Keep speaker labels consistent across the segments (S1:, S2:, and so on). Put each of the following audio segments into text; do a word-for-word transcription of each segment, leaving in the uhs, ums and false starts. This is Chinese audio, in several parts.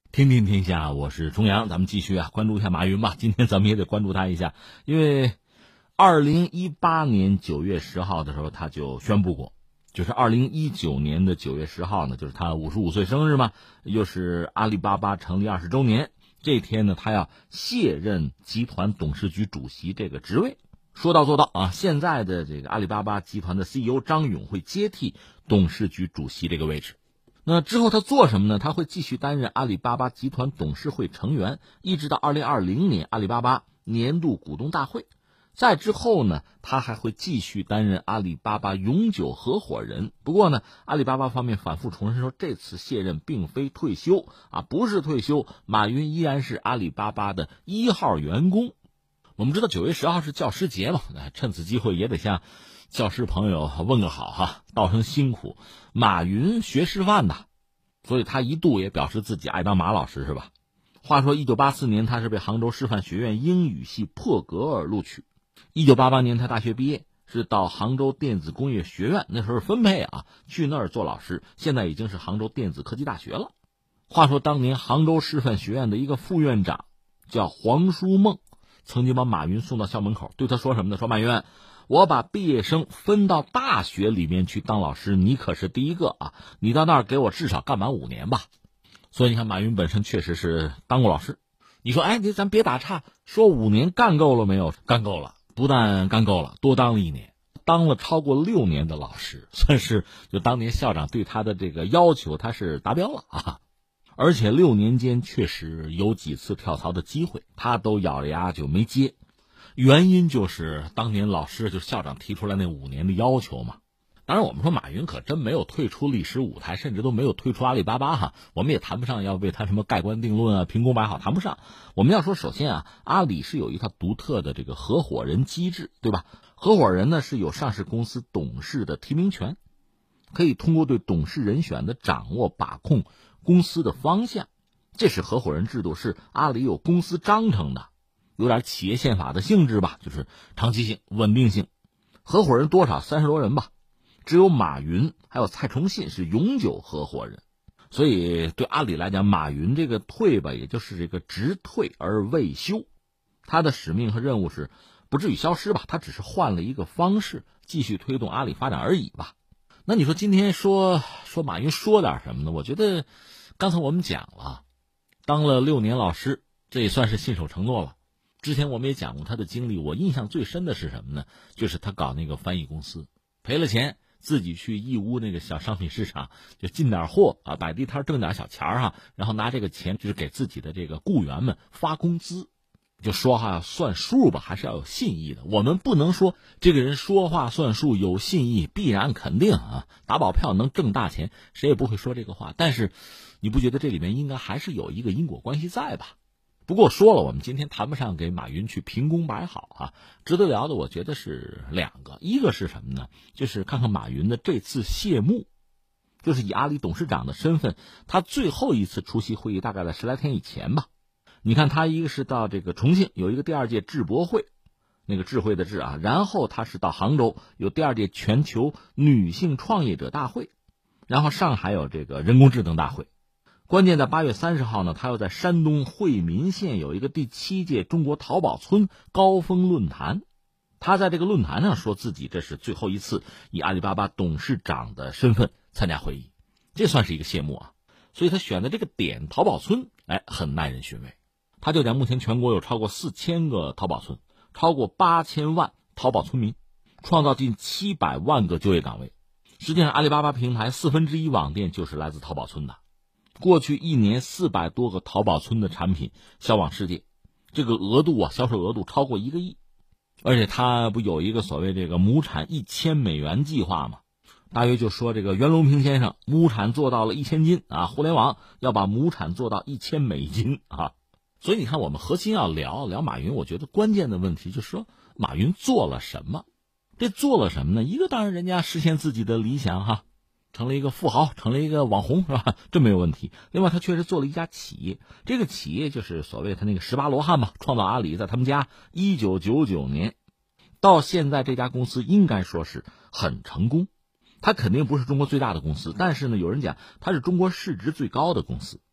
S1: 天天天下，我是重阳，咱们继续啊，关注一下马云吧。今天咱们也得关注他一下，因为二零一八年九月十号的时候，他就宣布过，就是二零一九年的九月十号呢，就是他五十五岁生日嘛，又是阿里巴巴成立二十周年。这天呢，他要卸任集团董事局主席这个职位。说到做到啊，现在的这个阿里巴巴集团的 C E O 张勇会接替董事局主席这个位置。那之后他做什么呢？他会继续担任阿里巴巴集团董事会成员，一直到二零二零年阿里巴巴年度股东大会。再之后呢，他还会继续担任阿里巴巴永久合伙人。不过呢，阿里巴巴方面反复重申说，这次卸任并非退休啊，不是退休，马云依然是阿里巴巴的一号员工。我们知道九月十号是教师节嘛，趁此机会也得向教师朋友问个好哈，道声辛苦。马云学师范的，所以他一度也表示自己爱当马老师是吧？话说一九八四年他是被杭州师范学院英语系破格而录取。一九八八年他大学毕业，是到杭州电子工业学院，那时候分配啊，去那儿做老师，现在已经是杭州电子科技大学了。话说当年杭州师范学院的一个副院长叫黄书梦，曾经把马云送到校门口，对他说什么呢？说马云，我把毕业生分到大学里面去当老师，你可是第一个啊！你到那儿给我至少干满五年吧。所以你看，马云本身确实是当过老师。你说，哎，你咱别打岔，说五年干够了没有？干够了，不但干够了，多当了一年，当了超过六年的老师，算是就当年校长对他的这个要求，他是达标了啊。而且六年间确实有几次跳槽的机会，他都咬着牙就没接。原因就是当年老师就是校长提出来那五年的要求嘛。当然我们说马云可真没有退出历史舞台，甚至都没有退出阿里巴巴哈，我们也谈不上要为他什么盖棺定论啊、凭功摆好，谈不上。我们要说，首先啊，阿里是有一套独特的这个合伙人机制，对吧？合伙人呢是有上市公司董事的提名权，可以通过对董事人选的掌握把控公司的方向，这是合伙人制度，是阿里有公司章程的，有点企业宪法的性质吧，就是长期性、稳定性。合伙人多少？三十多人吧。只有马云还有蔡崇信是永久合伙人，所以对阿里来讲，马云这个退吧，也就是这个直退而未休。他的使命和任务是不至于消失吧，他只是换了一个方式继续推动阿里发展而已吧。那你说今天说说马云说点什么呢？我觉得刚才我们讲了，当了六年老师，这也算是信守承诺了。之前我们也讲过他的经历，我印象最深的是什么呢？就是他搞那个翻译公司，赔了钱，自己去义乌那个小商品市场就进点货啊，摆地摊挣点小钱哈，然后拿这个钱就是给自己的这个雇员们发工资。就说话算数吧，还是要有信义的。我们不能说这个人说话算数有信义，必然肯定啊，打保票能挣大钱，谁也不会说这个话。但是你不觉得这里面应该还是有一个因果关系在吧？不过说了，我们今天谈不上给马云去凭功摆好啊，值得聊的我觉得是两个，一个是什么呢？就是看看马云的这次谢幕，就是以阿里董事长的身份，他最后一次出席会议大概在十来天以前吧。你看他一个是到这个重庆有一个第二届智博会，那个智慧的智啊，然后他是到杭州有第二届全球女性创业者大会，然后上海有这个人工智能大会。关键在八月三十号呢，他又在山东惠民县有一个第七届中国淘宝村高峰论坛。他在这个论坛上说自己这是最后一次以阿里巴巴董事长的身份参加会议，这算是一个谢幕啊。所以他选的这个点淘宝村，哎，很耐人寻味。他就讲目前全国有超过四千个淘宝村，超过八千万淘宝村民，创造近七百万个就业岗位。实际上阿里巴巴平台四分之一网店就是来自淘宝村的。过去一年四百多个淘宝村的产品销往世界，这个额度啊，销售额度超过一个亿。而且他不有一个所谓这个亩产一千美元计划吗？大约就说这个袁隆平先生亩产做到了一千斤啊，互联网要把亩产做到一千美金啊。所以你看，我们核心要聊聊马云，我觉得关键的问题就是说马云做了什么？这做了什么呢？一个当然人家实现自己的理想哈，成了一个富豪，成了一个网红是吧？这没有问题。另外他确实做了一家企业，这个企业就是所谓他那个十八罗汉嘛，创造阿里，在他们家一九九九年到现在，这家公司应该说是很成功。它肯定不是中国最大的公司，但是呢有人讲它是中国市值最高的公司。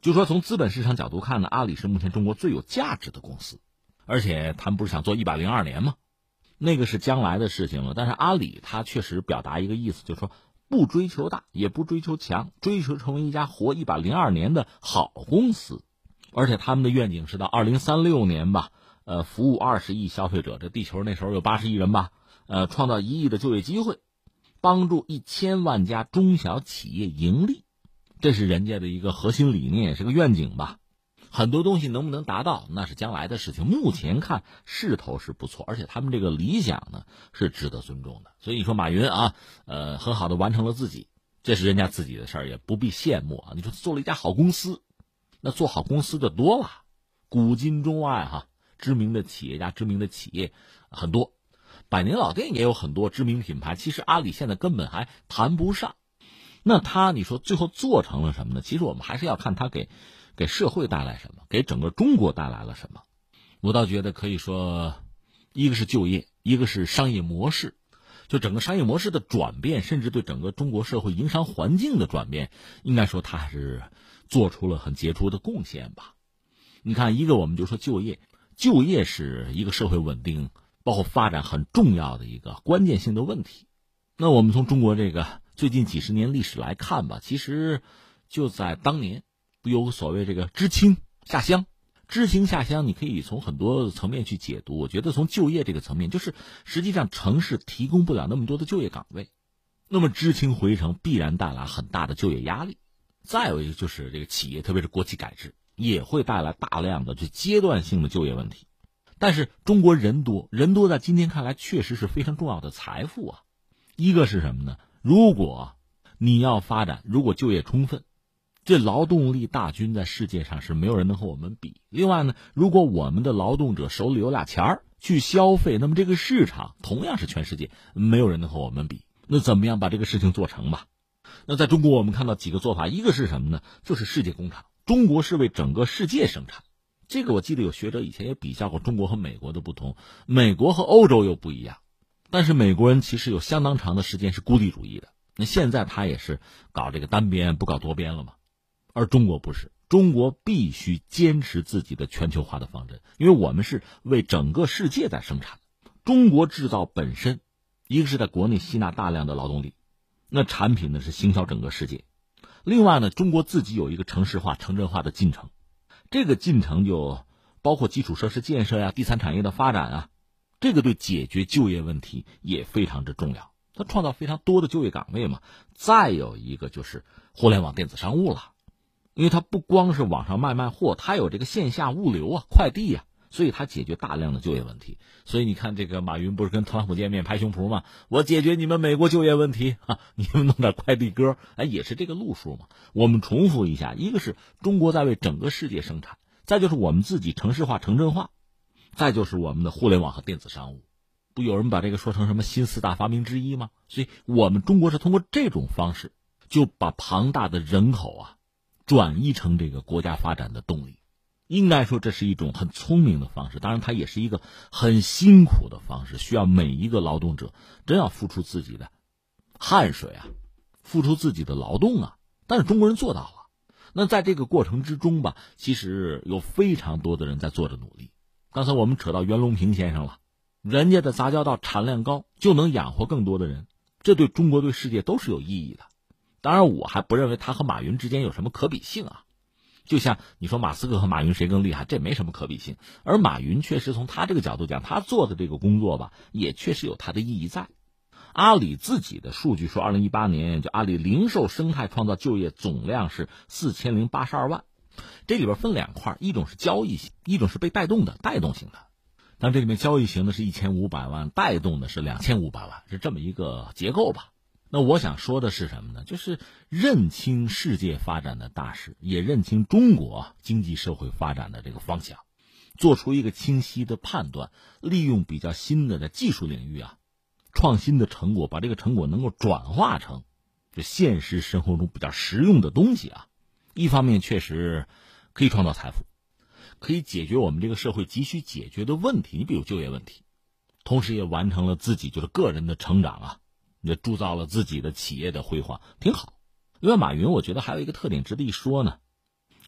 S1: 就说从资本市场角度看呢，阿里是目前中国最有价值的公司，而且他们不是想做一百零二年吗？那个是将来的事情了。但是阿里它确实表达一个意思，就是说不追求大，也不追求强，追求成为一家活一百零二年的好公司。而且他们的愿景是到二零三六年吧，呃，服务二十亿消费者，这地球那时候有八十亿人吧，呃，创造一亿的就业机会，帮助一千万家中小企业盈利，这是人家的一个核心理念，也是个愿景吧。很多东西能不能达到，那是将来的事情。目前看势头是不错，而且他们这个理想呢是值得尊重的。所以你说马云啊，呃，很好的完成了自己，这是人家自己的事儿，也不必羡慕啊。你说做了一家好公司，那做好公司的多了，古今中外哈、啊，知名的企业家、知名的企业很多，百年老店也有很多知名品牌。其实阿里现在根本还谈不上。那他你说最后做成了什么呢？其实我们还是要看他给给社会带来什么，给整个中国带来了什么。我倒觉得可以说，一个是就业，一个是商业模式，就整个商业模式的转变，甚至对整个中国社会营商环境的转变，应该说他还是做出了很杰出的贡献吧。你看，一个我们就说就业，就业是一个社会稳定包括发展很重要的一个关键性的问题。那我们从中国这个最近几十年历史来看吧，其实就在当年不有所谓这个知青下乡，知青下乡你可以从很多层面去解读。我觉得从就业这个层面，就是实际上城市提供不了那么多的就业岗位，那么知青回城必然带来很大的就业压力。再有一个就是这个企业，特别是国企改制，也会带来大量的这阶段性的就业问题。但是中国人多，人多在今天看来确实是非常重要的财富啊。一个是什么呢？如果你要发展，如果就业充分，这劳动力大军在世界上是没有人能和我们比。另外呢，如果我们的劳动者手里有俩钱儿去消费，那么这个市场同样是全世界没有人能和我们比。那怎么样把这个事情做成吧？那在中国我们看到几个做法，一个是什么呢？就是世界工厂。中国是为整个世界生产。这个我记得有学者以前也比较过中国和美国的不同，美国和欧洲又不一样。但是美国人其实有相当长的时间是孤立主义的，那现在他也是搞这个单边不搞多边了嘛。而中国不是，中国必须坚持自己的全球化的方针，因为我们是为整个世界在生产。中国制造本身，一个是在国内吸纳大量的劳动力，那产品呢是行销整个世界。另外呢，中国自己有一个城市化、城镇化的进程，这个进程就包括基础设施建设呀、第三产业的发展啊，这个对解决就业问题也非常之重要，它创造非常多的就业岗位嘛。再有一个就是互联网电子商务了，因为它不光是网上卖卖货，它有这个线下物流啊、快递啊，所以它解决大量的就业问题。所以你看，这个马云不是跟特朗普见面拍胸脯吗？我解决你们美国就业问题啊，你们弄点快递哥，哎，也是这个路数嘛。我们重复一下，一个是中国在为整个世界生产，再就是我们自己城市化、城镇化，再就是我们的互联网和电子商务。不有人把这个说成什么新四大发明之一吗？所以我们中国是通过这种方式，就把庞大的人口啊转移成这个国家发展的动力。应该说这是一种很聪明的方式，当然它也是一个很辛苦的方式，需要每一个劳动者真要付出自己的汗水啊，付出自己的劳动啊。但是中国人做到了。那在这个过程之中吧，其实有非常多的人在做着努力。刚才我们扯到袁隆平先生了，人家的杂交稻产量高，就能养活更多的人，这对中国对世界都是有意义的。当然我还不认为他和马云之间有什么可比性啊，就像你说马斯克和马云谁更厉害，这没什么可比性。而马云确实从他这个角度讲，他做的这个工作吧，也确实有他的意义在。阿里自己的数据说，二零一八年就阿里零售生态创造就业总量是四千零八十二万，这里边分两块，一种是交易型，一种是被带动的带动型的。但这里面交易型的是一千五百万，带动的是两千五百万，是这么一个结构吧。那我想说的是什么呢？就是认清世界发展的大势，也认清中国经济社会发展的这个方向，做出一个清晰的判断，利用比较新的在技术领域啊创新的成果，把这个成果能够转化成就现实生活中比较实用的东西啊。一方面确实可以创造财富，可以解决我们这个社会急需解决的问题，你比如就业问题，同时也完成了自己就是个人的成长啊，也铸造了自己的企业的辉煌，挺好。另外马云我觉得还有一个特点值得一说呢，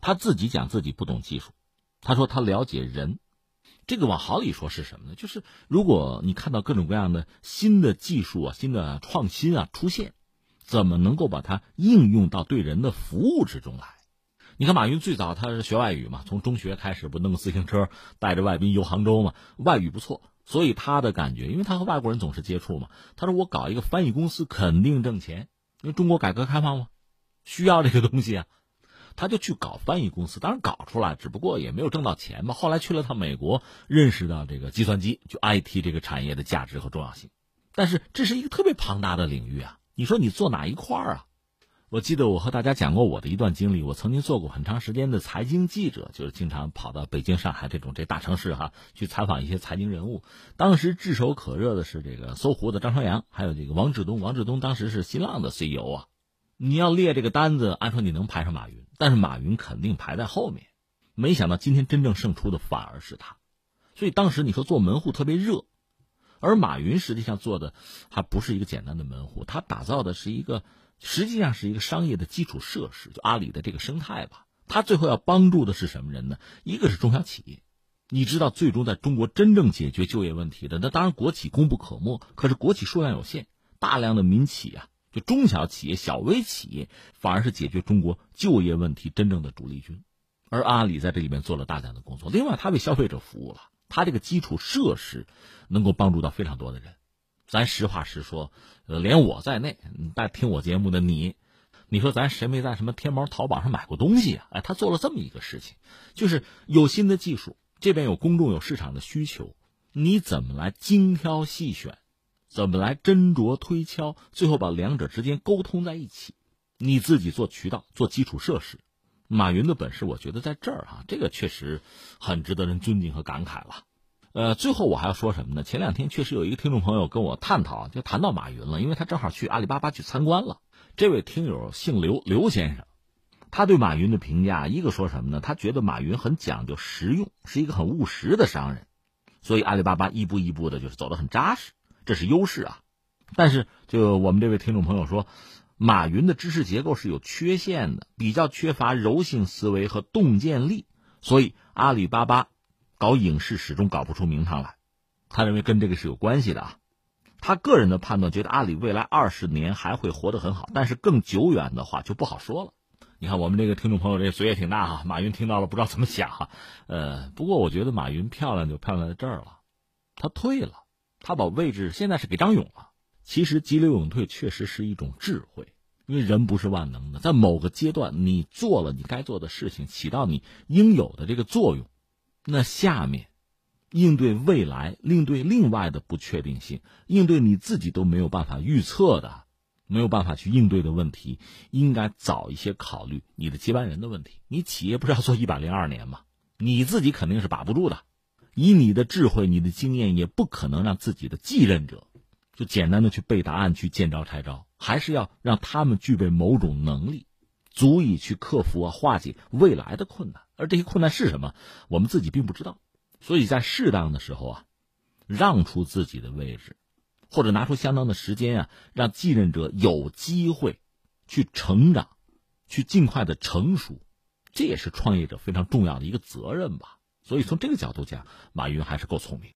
S1: 他自己讲自己不懂技术，他说他了解人。这个往好里说是什么呢？就是如果你看到各种各样的新的技术啊、新的创新啊出现，怎么能够把它应用到对人的服务之中来？你看马云最早他是学外语嘛，从中学开始不弄个自行车带着外宾游杭州嘛，外语不错，所以他的感觉，因为他和外国人总是接触嘛，他说我搞一个翻译公司肯定挣钱，因为中国改革开放嘛，需要这个东西啊。他就去搞翻译公司，当然搞出来，只不过也没有挣到钱嘛。后来去了趟美国，认识到这个计算机，就 I T 这个产业的价值和重要性。但是这是一个特别庞大的领域啊，你说你做哪一块啊？我记得我和大家讲过我的一段经历，我曾经做过很长时间的财经记者，就是经常跑到北京、上海这种这大城市哈，去采访一些财经人物。当时炙手可热的是这个搜狐的张朝阳，还有这个王志东。王志东当时是新浪的 C E O 啊。你要列这个单子，按说你能排上马云，但是马云肯定排在后面。没想到今天真正胜出的反而是他，所以当时你说做门户特别热，而马云实际上做的还不是一个简单的门户，他打造的是一个实际上是一个商业的基础设施，就阿里的这个生态吧。他最后要帮助的是什么人呢？一个是中小企业，你知道最终在中国真正解决就业问题的，那当然国企功不可没，可是国企数量有限，大量的民企啊，就中小企业、小微企业反而是解决中国就业问题真正的主力军，而阿里在这里面做了大量的工作。另外，他为消费者服务了，他这个基础设施能够帮助到非常多的人。咱实话实说，呃，连我在内，在听我节目的你，你说咱谁没在什么天猫、淘宝上买过东西啊？哎，他做了这么一个事情，就是有新的技术，这边有公众有市场的需求，你怎么来精挑细选？怎么来斟酌推敲，最后把两者之间沟通在一起？你自己做渠道，做基础设施。马云的本事，我觉得在这儿哈、啊，这个确实很值得人尊敬和感慨了。呃，最后我还要说什么呢？前两天确实有一个听众朋友跟我探讨，就谈到马云了，因为他正好去阿里巴巴去参观了。这位听友姓刘，刘先生，他对马云的评价，一个说什么呢？他觉得马云很讲究实用，是一个很务实的商人，所以阿里巴巴一步一步的就是走得很扎实。这是优势啊，但是就我们这位听众朋友说，马云的知识结构是有缺陷的，比较缺乏柔性思维和洞见力，所以阿里巴巴搞影视始终搞不出名堂来。他认为跟这个是有关系的啊。他个人的判断觉得阿里未来二十年还会活得很好，但是更久远的话就不好说了。你看我们这个听众朋友这嘴也挺大哈，马云听到了不知道怎么想哈。呃，不过我觉得马云漂亮就漂亮在这儿了，他退了。他把位置现在是给张勇了。其实急流勇退确实是一种智慧，因为人不是万能的，在某个阶段你做了你该做的事情，起到你应有的这个作用，那下面应对未来，应对另外的不确定性，应对你自己都没有办法预测的，没有办法去应对的问题，应该早一些考虑你的接班人的问题。你企业不是要做一百零二年吗？你自己肯定是把不住的，以你的智慧，你的经验，也不可能让自己的继任者就简单的去背答案，去见招拆招，还是要让他们具备某种能力，足以去克服啊化解未来的困难。而这些困难是什么，我们自己并不知道，所以在适当的时候啊，让出自己的位置，或者拿出相当的时间啊，让继任者有机会去成长，去尽快的成熟，这也是创业者非常重要的一个责任吧。所以从这个角度讲，马云还是够聪明。